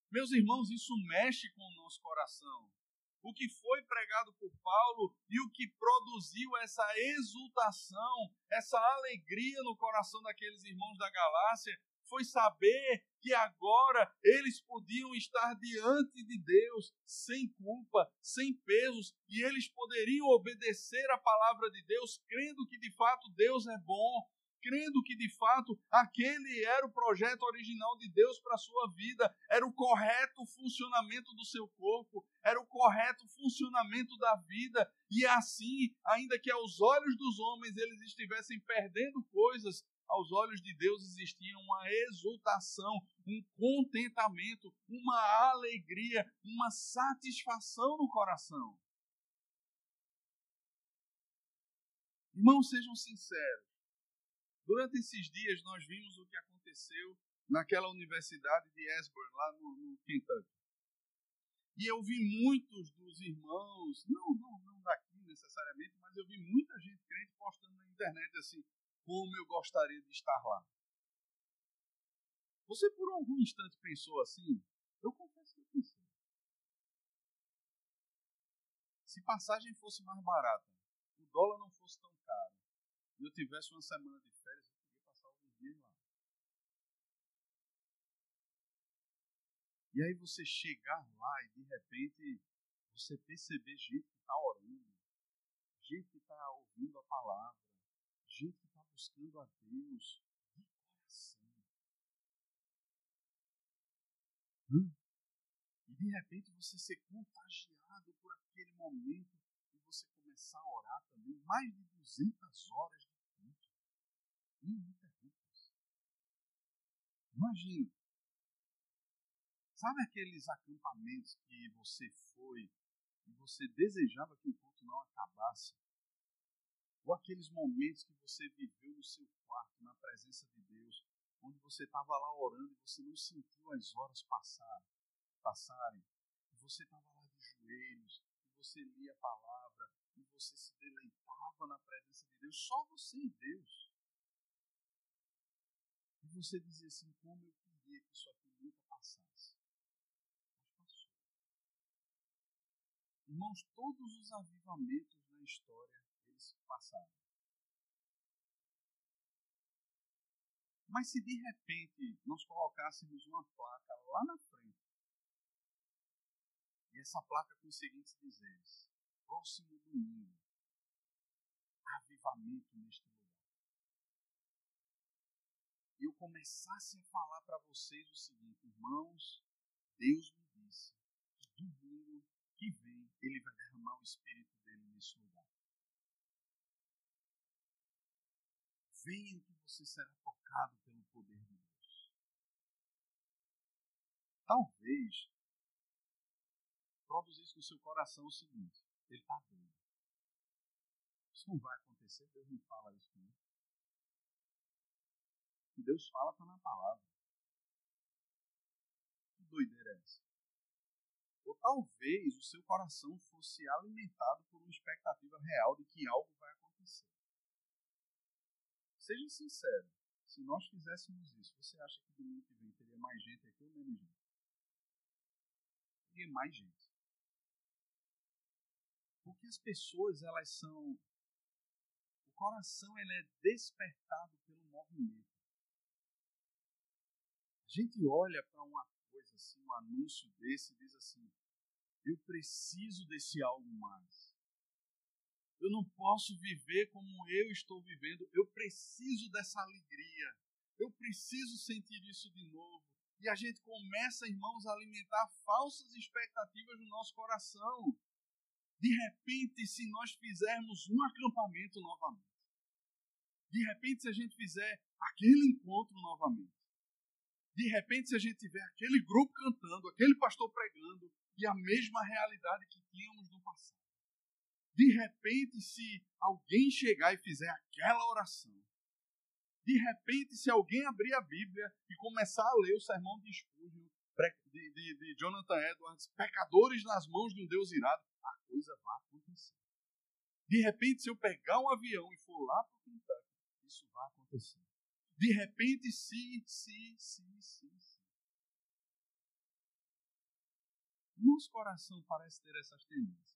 Meus irmãos, isso mexe com o nosso coração. O que foi pregado por Paulo e o que produziu essa exultação, essa alegria no coração daqueles irmãos da Galácia, foi saber que agora eles podiam estar diante de Deus sem culpa, sem pesos, e eles poderiam obedecer a palavra de Deus, crendo que de fato Deus é bom, crendo que de fato aquele era o projeto original de Deus para a sua vida, era o correto funcionamento do seu corpo, era o correto funcionamento da vida, e assim, ainda que aos olhos dos homens eles estivessem perdendo coisas, aos olhos de Deus existia uma exultação, um contentamento, uma alegria, uma satisfação no coração. Irmãos, sejam sinceros. Durante esses dias nós vimos o que aconteceu naquela universidade de Asbury, lá no Kentucky. E eu vi muitos dos irmãos, não daqui necessariamente, mas eu vi muita gente crente postando na internet assim, como eu gostaria de estar lá. Você por algum instante pensou assim? Eu confesso que eu pensei. Se passagem fosse mais barata, o dólar não fosse tão caro, e eu tivesse uma semana de férias, eu podia passar alguns dias lá. E aí você chegar lá e de repente você perceber gente que está orando, gente que está ouvindo a palavra, gente que está buscando a Deus de coração. E de repente você ser contagiado por aquele momento e você começar a orar também. Mais de 200 horas de culto, ininterruptas. Imagina. Sabe aqueles acampamentos que você foi e você desejava que o culto não acabasse? Ou aqueles momentos que você viveu no seu quarto, na presença de Deus, onde você estava lá orando e você não sentiu as horas passarem, e você estava lá de joelhos, e você lia a palavra, e você se deleitava na presença de Deus, só você e Deus. E você dizia assim, como eu queria que isso aqui nunca passasse. Mas passou. Irmãos, todos os avivamentos na história, eles passaram. Mas se de repente nós colocássemos uma placa lá na frente, e essa placa com os seguintes dizeres: próximo domingo, avivamento neste lugar. E eu começasse a falar para vocês o seguinte, irmãos, Deus me disse que domingo que vem Ele vai derramar o Espírito dele nesse lugar. Venha que você será tocado pelo poder de Deus. Talvez produzisse no seu coração o seguinte: ele está doido. Isso não vai acontecer, Deus não fala isso comigo. O que Deus fala está na palavra. Que doideira é essa? Ou talvez o seu coração fosse alimentado por uma expectativa real de que algo vai acontecer. Seja sincero, se nós fizéssemos isso, você acha que domingo que vem teria mais gente aqui ou menos gente? Teria mais gente. Porque as pessoas, elas são... O coração, ele é despertado pelo movimento. A gente olha para uma coisa assim, um anúncio desse e diz assim, eu preciso desse algo mais. Eu não posso viver como eu estou vivendo. Eu preciso dessa alegria. Eu preciso sentir isso de novo. E a gente começa, irmãos, a alimentar falsas expectativas no nosso coração. De repente, se nós fizermos um acampamento novamente. De repente, se a gente fizer aquele encontro novamente. De repente, se a gente tiver aquele grupo cantando, aquele pastor pregando, e a mesma realidade que tínhamos no passado. De repente, se alguém chegar e fizer aquela oração, de repente, se alguém abrir a Bíblia e começar a ler o sermão de Spurgeon, de Jonathan Edwards, pecadores nas mãos de um Deus irado, a coisa vai acontecer. De repente, se eu pegar um avião e for lá para o Kentucky, isso vai acontecer. De repente, se. nosso coração parece ter essas tendências.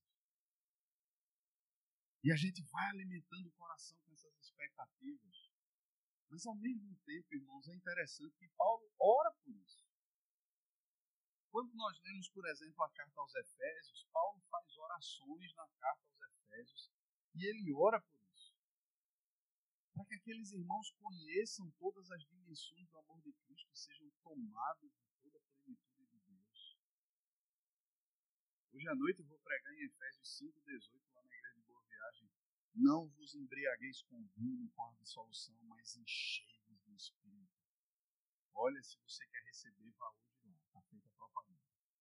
E a gente vai alimentando o coração com essas expectativas. Mas, ao mesmo tempo, irmãos, é interessante que Paulo ora por isso. Quando nós lemos, por exemplo, a carta aos Efésios, Paulo faz orações na carta aos Efésios e ele ora por isso. Para que aqueles irmãos conheçam todas as dimensões do amor de Cristo e sejam tomados de toda a plenitude de Deus. Hoje à noite eu vou pregar em Efésios 5:18, lá na Igreja de Boa Viagem. Não vos embriagueis com vinho, com a dissolução, mas enchei-vos do Espírito. Olha, se você quer receber, vá hoje lá. Está feita a propaganda.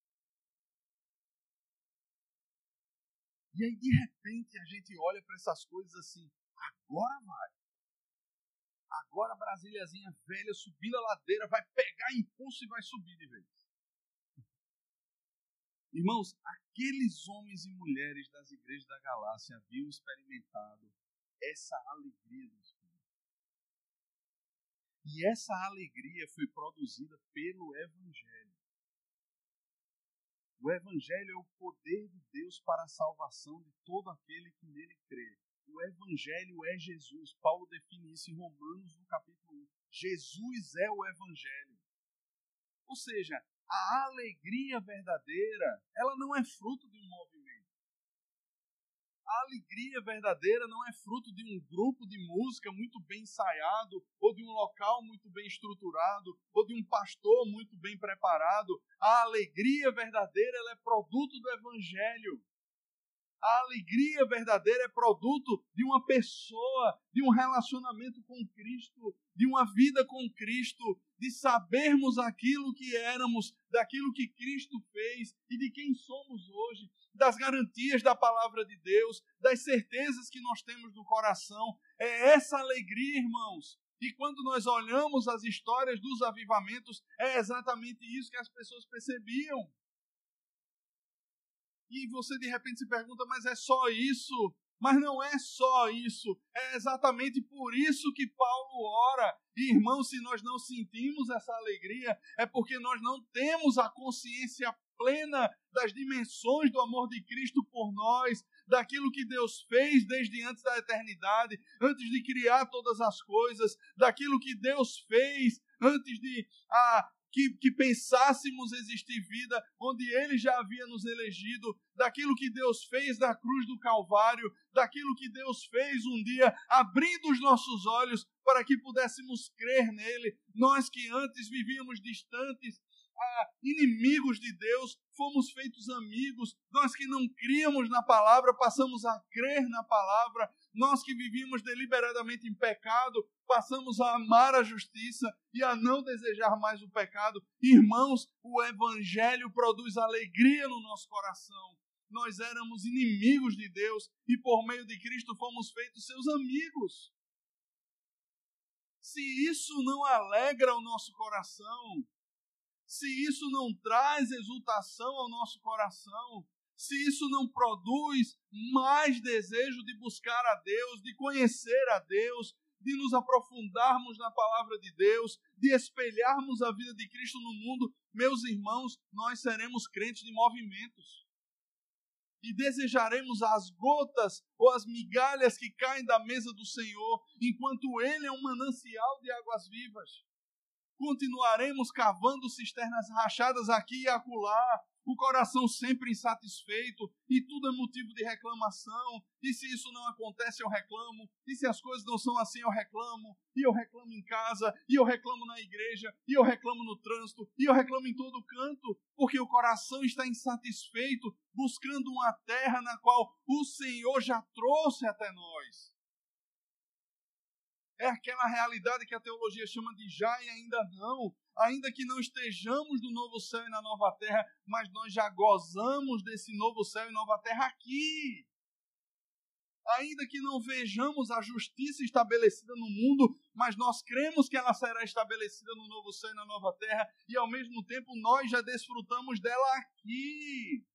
E aí, de repente, a gente olha para essas coisas assim, agora vai. Agora a Brasíliazinha velha subindo a ladeira, vai pegar impulso e vai subir de vez. Irmãos, aqueles homens e mulheres das igrejas da Galácia haviam experimentado essa alegria do Espírito. E essa alegria foi produzida pelo Evangelho. O Evangelho é o poder de Deus para a salvação de todo aquele que nele crê. O Evangelho é Jesus. Paulo define isso em Romanos, no capítulo 1. Jesus é o Evangelho. Ou seja, a alegria verdadeira, ela não é fruto de um movimento. A alegria verdadeira não é fruto de um grupo de música muito bem ensaiado, ou de um local muito bem estruturado, ou de um pastor muito bem preparado. A alegria verdadeira, ela é produto do Evangelho. A alegria verdadeira é produto de uma pessoa, de um relacionamento com Cristo, de uma vida com Cristo, de sabermos aquilo que éramos, daquilo que Cristo fez e de quem somos hoje, das garantias da palavra de Deus, das certezas que nós temos no coração. É essa alegria, irmãos. E quando nós olhamos as histórias dos avivamentos, é exatamente isso que as pessoas percebiam. E você de repente se pergunta, mas é só isso? Mas não é só isso. É exatamente por isso que Paulo ora. E, irmãos, se nós não sentimos essa alegria, é porque nós não temos a consciência plena das dimensões do amor de Cristo por nós, daquilo que Deus fez desde antes da eternidade, antes de criar todas as coisas, daquilo que Deus fez antes de que pensássemos existir vida, onde Ele já havia nos elegido, daquilo que Deus fez na cruz do Calvário, daquilo que Deus fez um dia, abrindo os nossos olhos para que pudéssemos crer nele. Nós que antes vivíamos distantes, inimigos de Deus, fomos feitos amigos. Nós que não críamos na palavra, passamos a crer na palavra. Nós que vivíamos deliberadamente em pecado, passamos a amar a justiça e a não desejar mais o pecado. Irmãos, o Evangelho produz alegria no nosso coração. Nós éramos inimigos de Deus e por meio de Cristo fomos feitos seus amigos. Se isso não alegra o nosso coração, se isso não traz exultação ao nosso coração, se isso não produz mais desejo de buscar a Deus, de conhecer a Deus, de nos aprofundarmos na palavra de Deus, de espelharmos a vida de Cristo no mundo, meus irmãos, nós seremos crentes de movimentos. E desejaremos as gotas ou as migalhas que caem da mesa do Senhor, enquanto Ele é um manancial de águas vivas. Continuaremos cavando cisternas rachadas aqui e acolá, o coração sempre insatisfeito, e tudo é motivo de reclamação. E se isso não acontece, eu reclamo. E se as coisas não são assim, eu reclamo. E eu reclamo em casa, e eu reclamo na igreja, e eu reclamo no trânsito, e eu reclamo em todo canto, porque o coração está insatisfeito, buscando uma terra na qual o Senhor já trouxe até nós. É aquela realidade que a teologia chama de já e ainda não. Ainda que não estejamos no novo céu e na nova terra, mas nós já gozamos desse novo céu e nova terra aqui. Ainda que não vejamos a justiça estabelecida no mundo, mas nós cremos que ela será estabelecida no novo céu e na nova terra, e ao mesmo tempo nós já desfrutamos dela aqui.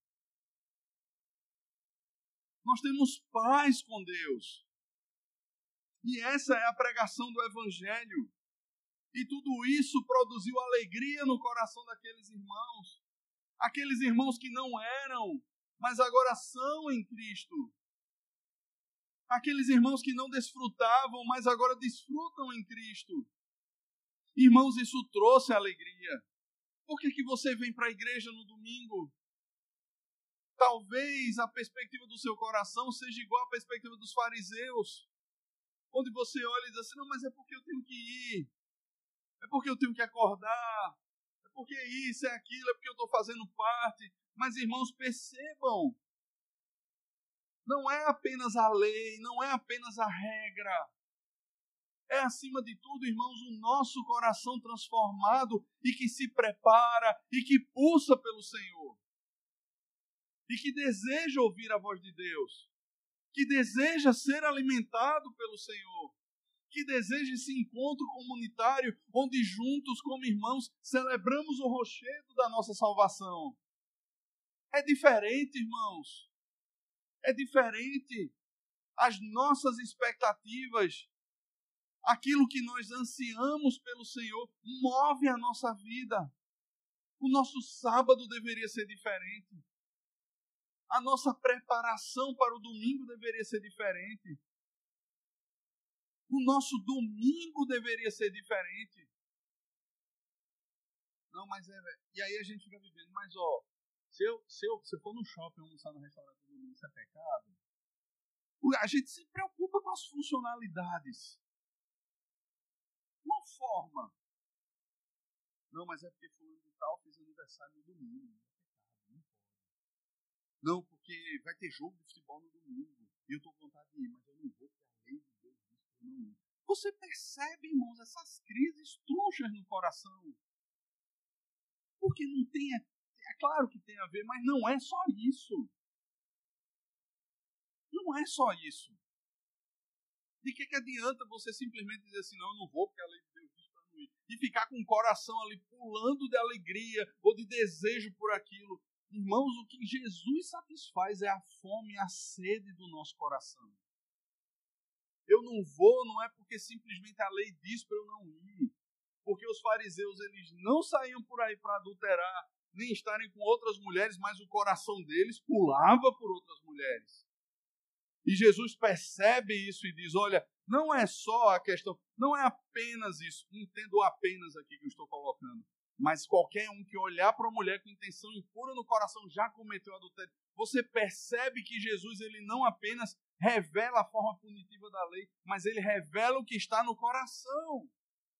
Nós temos paz com Deus. E essa é a pregação do Evangelho. E tudo isso produziu alegria no coração daqueles irmãos. Aqueles irmãos que não eram, mas agora são em Cristo. Aqueles irmãos que não desfrutavam, mas agora desfrutam em Cristo. Irmãos, isso trouxe alegria. Por que você vem para a igreja no domingo? Talvez a perspectiva do seu coração seja igual à perspectiva dos fariseus, onde você olha e diz assim, não, mas é porque eu tenho que ir, é porque eu tenho que acordar, é porque isso, é aquilo, é porque eu estou fazendo parte. Mas, irmãos, percebam, não é apenas a lei, não é apenas a regra. É, acima de tudo, irmãos, o nosso coração transformado e que se prepara e que pulsa pelo Senhor. E que deseja ouvir a voz de Deus. Que deseja ser alimentado pelo Senhor. Que deseja esse encontro comunitário onde juntos, como irmãos, celebramos o rochedo da nossa salvação. É diferente, irmãos. É diferente. As nossas expectativas, aquilo que nós ansiamos pelo Senhor, move a nossa vida. O nosso sábado deveria ser diferente. A nossa preparação para o domingo deveria ser diferente. O nosso domingo deveria ser diferente. Não, mas e aí a gente fica vivendo. Mas, se eu for no shopping almoçar no restaurante no domingo, isso é pecado? A gente se preocupa com as funcionalidades. Uma forma. Não, mas é porque fulano de tal fez aniversário no domingo. Não pode. Não, porque vai ter jogo de futebol no domingo. E eu estou com vontade de ir, mas eu não vou, porque a lei de Deus diz que eu não ir. Você percebe, irmãos, essas crises tronchas no coração. Porque não tem... É claro que tem a ver, mas não é só isso. Não é só isso. De que adianta você simplesmente dizer assim, não, eu não vou, porque a lei de Deus diz para não ir. E ficar com o coração ali pulando de alegria ou de desejo por aquilo. Irmãos, o que Jesus satisfaz é a fome e a sede do nosso coração. Eu não vou, não é porque simplesmente a lei diz para eu não ir. Porque os fariseus, eles não saíam por aí para adulterar, nem estarem com outras mulheres, mas o coração deles pulava por outras mulheres. E Jesus percebe isso e diz, olha, não é só a questão, não é apenas isso, entendo apenas aqui que eu estou colocando, mas qualquer um que olhar para uma mulher com intenção impura no coração já cometeu adultério. Você percebe que Jesus, ele não apenas revela a forma punitiva da lei, mas ele revela o que está no coração.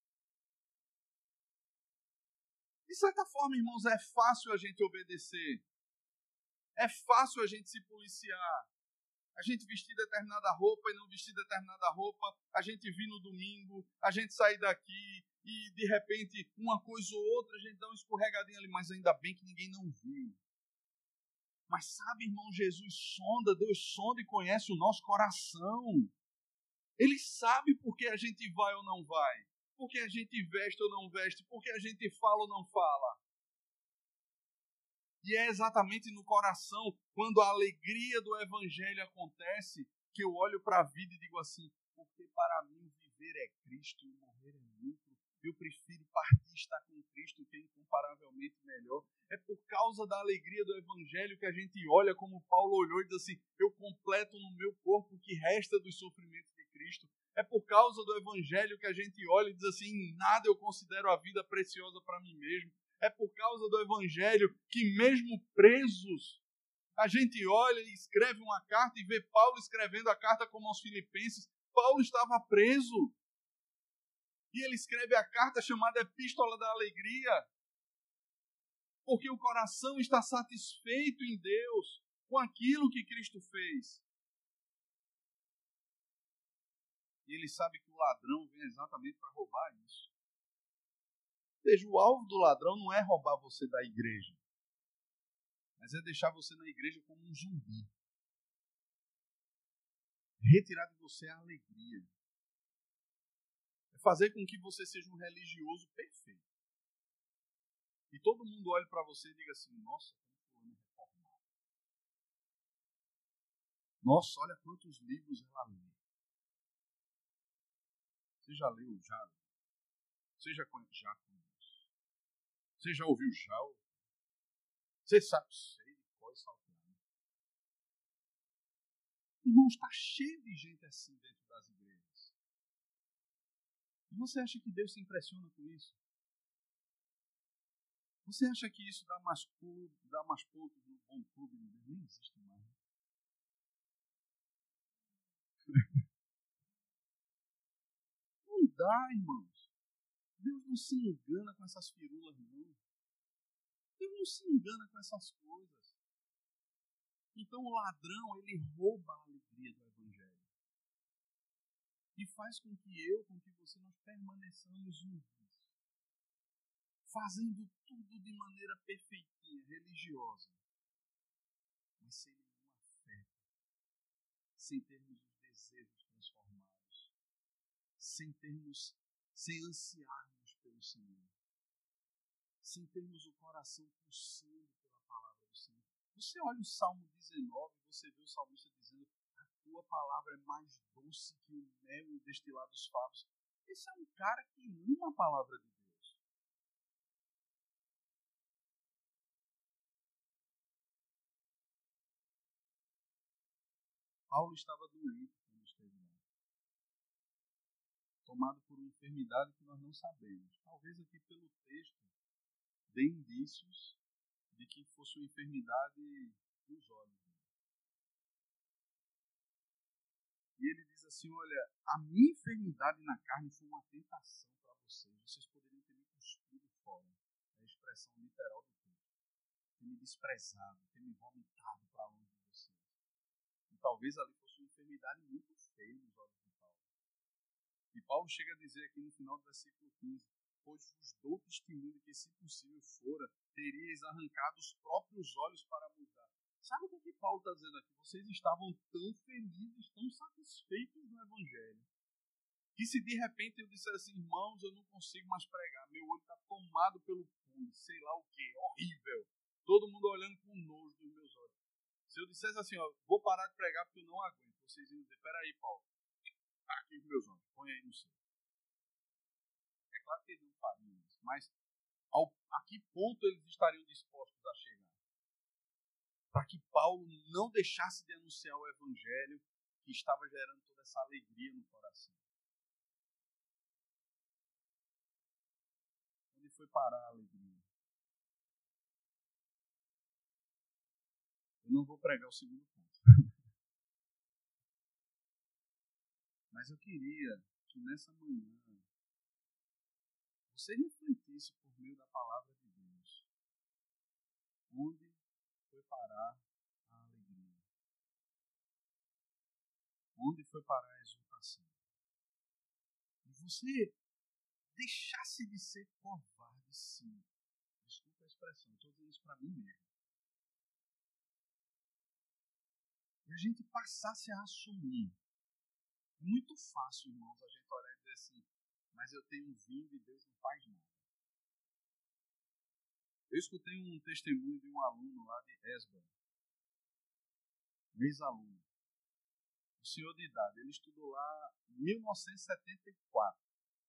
De certa forma, irmãos, é fácil a gente obedecer. É fácil a gente se policiar. A gente vestir determinada roupa e não vestir determinada roupa. A gente vir no domingo, a gente sair daqui e, de repente, uma coisa ou outra, a gente dá uma escorregadinha ali. Mas ainda bem que ninguém não viu. Mas sabe, irmão, Jesus sonda, Deus sonda e conhece o nosso coração. Ele sabe por que a gente vai ou não vai. Por que a gente veste ou não veste. Por que a gente fala ou não fala. E é exatamente no coração, quando a alegria do Evangelho acontece, que eu olho para a vida e digo assim, porque para mim viver é Cristo e morrer é lucro. Eu prefiro partir e estar com Cristo, que é incomparavelmente melhor. É por causa da alegria do Evangelho que a gente olha como Paulo olhou e diz assim, eu completo no meu corpo o que resta dos sofrimentos de Cristo. É por causa do Evangelho que a gente olha e diz assim, em nada eu considero a vida preciosa para mim mesmo. É por causa do Evangelho que mesmo presos, a gente olha e escreve uma carta e vê Paulo escrevendo a carta como aos Filipenses. Paulo estava preso. E ele escreve a carta chamada Epístola da Alegria. Porque o coração está satisfeito em Deus com aquilo que Cristo fez. E ele sabe que o ladrão vem exatamente para roubar isso. Veja, o alvo do ladrão não é roubar você da igreja, mas é deixar você na igreja como um zumbi. Retirar de você a alegria. É fazer com que você seja um religioso perfeito. E todo mundo olhe para você e diga assim, nossa, como fulano é reformado. Nossa, olha quantos livros ela lê. Você já leu? Já. Você já conhece? Já conhece. Você já ouviu? Já. Você sabe, sei de cor salteado. Irmão, está cheio de gente assim dentro das igrejas. E você acha que Deus se impressiona com isso? Você acha que isso dá mais pontos no bom clube de Deus? Nem existe mais. Não dá, irmãos. Deus não se engana com essas firulas, não. Deus não se engana com essas coisas. Então o ladrão, ele rouba a alegria do Evangelho. E faz com que você, nós permaneçamos unidos. Fazendo tudo de maneira perfeitinha, religiosa. Mas sem nenhum afeto. Sem termos os desejos transformados. Sem ansiarmos pelo Senhor. Sem termos o coração pulsando pela palavra do Senhor. Você olha o Salmo 19, você vê o salmista dizendo: a tua palavra é mais doce que o mel e o destilado dos favos. Esse é um cara que ama a palavra de Deus. Paulo estava doente quando esteve lá. Tomado por uma enfermidade que nós não sabemos. Talvez aqui pelo texto dê indícios de que fosse uma enfermidade nos olhos dele. E ele diz assim: olha, a minha enfermidade na carne foi uma tentação para vocês. Vocês poderiam ter me cuspido fora. É a expressão literal do texto. Ter me desprezado, ter me vomitado para longe de vocês. E talvez ali fosse uma enfermidade muito feia nos olhos de Paulo. E Paulo chega a dizer aqui no final do versículo 15: pois vos dou testemunho de que, se possível fora, teríeis arrancado os próprios olhos para mudar. Sabe o que Paulo está dizendo aqui? Vocês estavam tão felizes, tão satisfeitos no Evangelho, que se de repente eu disser assim: irmãos, eu não consigo mais pregar, meu olho está tomado pelo pus, sei lá o que, horrível, todo mundo olhando com nojo dos meus olhos. Se eu dissesse assim: ó, vou parar de pregar porque eu não aguento, vocês iam dizer: peraí, Paulo, tá aqui os meus olhos, põe aí no seu. É claro que eles não fariam isso, mas a que ponto eles estariam dispostos a chegar? Para que Paulo não deixasse de anunciar o Evangelho que estava gerando toda essa alegria no coração. Onde foi parar a alegria? Eu não vou pregar o segundo ponto. Mas eu queria que nessa manhã você refletisse por meio da palavra de Deus. Onde foi parar a alegria? Onde foi parar a exultação? E você deixasse de ser covarde, sim. Desculpa a expressão, estou dizendo isso para mim mesmo. E a gente passasse a assumir. É muito fácil, irmãos, a gente olhar e dizer assim: mas eu tenho vindo e Deus não faz nada. Eu escutei um testemunho de um aluno lá de Esbon, um ex-aluno, um senhor de idade. Ele estudou lá em 1974.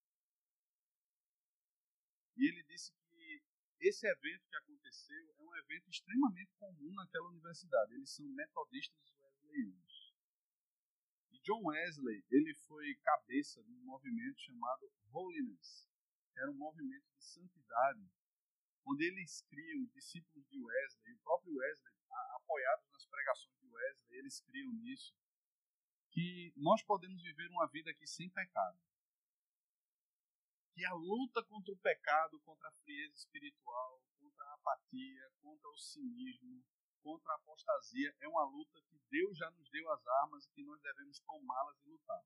E ele disse que esse evento que aconteceu é um evento extremamente comum naquela universidade. Eles são metodistas wesleyanos. E John Wesley, ele foi cabeça de um movimento chamado Holiness, que era um movimento de santidade, onde eles criam os discípulos de Wesley, e o próprio Wesley, apoiados nas pregações de Wesley, eles criam nisso, que nós podemos viver uma vida aqui sem pecado. Que a luta contra o pecado, contra a frieza espiritual, contra a apatia, contra o cinismo, contra a apostasia, é uma luta que Deus já nos deu as armas e que nós devemos tomá-las e lutar.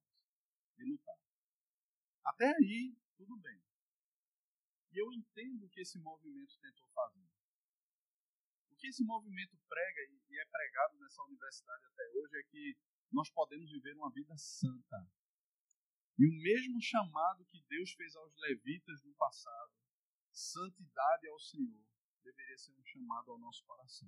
Até aí, tudo bem. E eu entendo o que esse movimento tentou fazer. O que esse movimento prega e é pregado nessa universidade até hoje é que nós podemos viver uma vida santa. E o mesmo chamado que Deus fez aos levitas no passado, santidade ao Senhor, deveria ser um chamado ao nosso coração.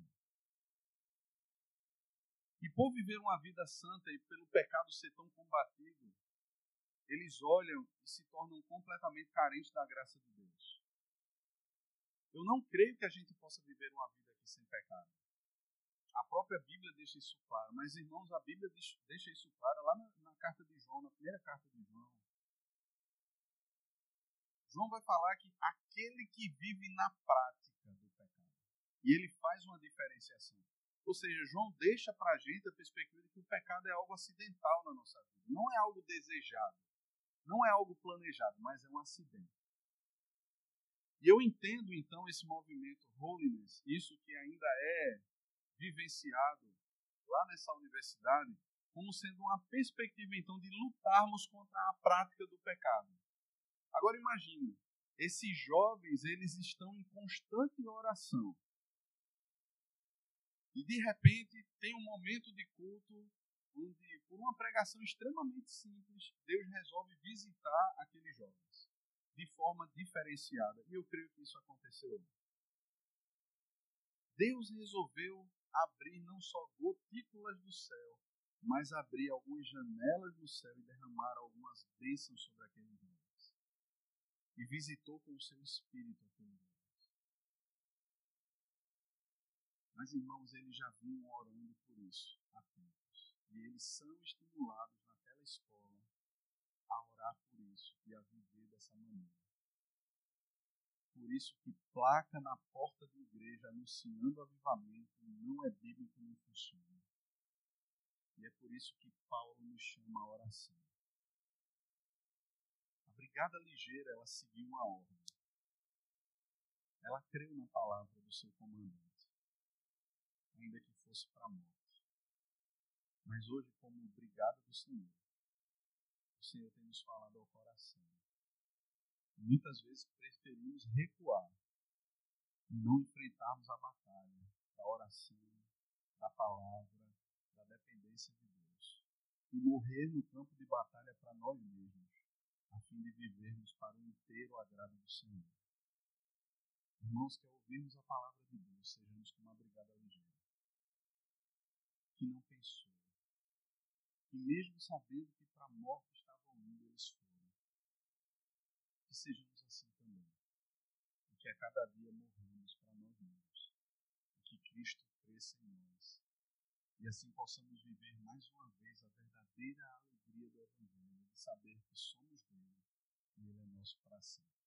E por viver uma vida santa e pelo pecado ser tão combatido, eles olham e se tornam completamente carentes da graça de Deus. Eu não creio que a gente possa viver uma vida aqui sem pecado. A própria Bíblia deixa isso claro. Mas, irmãos, a Bíblia deixa isso claro lá na carta de João, na primeira carta de João. João vai falar que aquele que vive na prática do pecado. E ele faz uma diferenciação. Ou seja, João deixa para a gente a perspectiva de que o pecado é algo acidental na nossa vida. Não é algo desejado. Não é algo planejado, mas é um acidente. E eu entendo, então, esse movimento holiness, isso que ainda é vivenciado lá nessa universidade, como sendo uma perspectiva, então, de lutarmos contra a prática do pecado. Agora imagine, esses jovens, eles estão em constante oração. E de repente tem um momento de culto onde, por uma pregação extremamente simples, Deus resolve visitar aqueles jovens de forma diferenciada. E eu creio que isso aconteceu. Deus resolveu abrir não só gotículas do céu, mas abrir algumas janelas do céu e derramar algumas bênçãos sobre aqueles jovens. E visitou com o seu espírito aqueles jovens. Mas, irmãos, eles já vinham orando por isso há tempos. E eles são estimulados naquela escola a orar por isso e a viver dessa maneira. Por isso que placa na porta da igreja anunciando avivamento não é bíblico nem funciona. E é por isso que Paulo nos chama a oração. A brigada ligeira, ela seguiu uma ordem. Ela creu na palavra do seu comandante, ainda que fosse para a morte. Mas hoje, como brigada do Senhor, o Senhor tem nos falado ao coração. Muitas vezes preferimos recuar e não enfrentarmos a batalha da oração, da palavra, da dependência de Deus. E morrer no campo de batalha para nós mesmos, a fim de vivermos para o inteiro agrado do Senhor. Irmãos, que ao ouvirmos a palavra de Deus, sejamos como uma brigada ligeira, que não pensou, que mesmo sabendo que para a morte estavam indo, eles foram. Que sejamos assim também, e que a cada dia morramos para nós mesmos, e que Cristo cresça em nós, e assim possamos viver mais uma vez a verdadeira alegria do Evangelho, de saber que somos dele, e ele é nosso para sempre.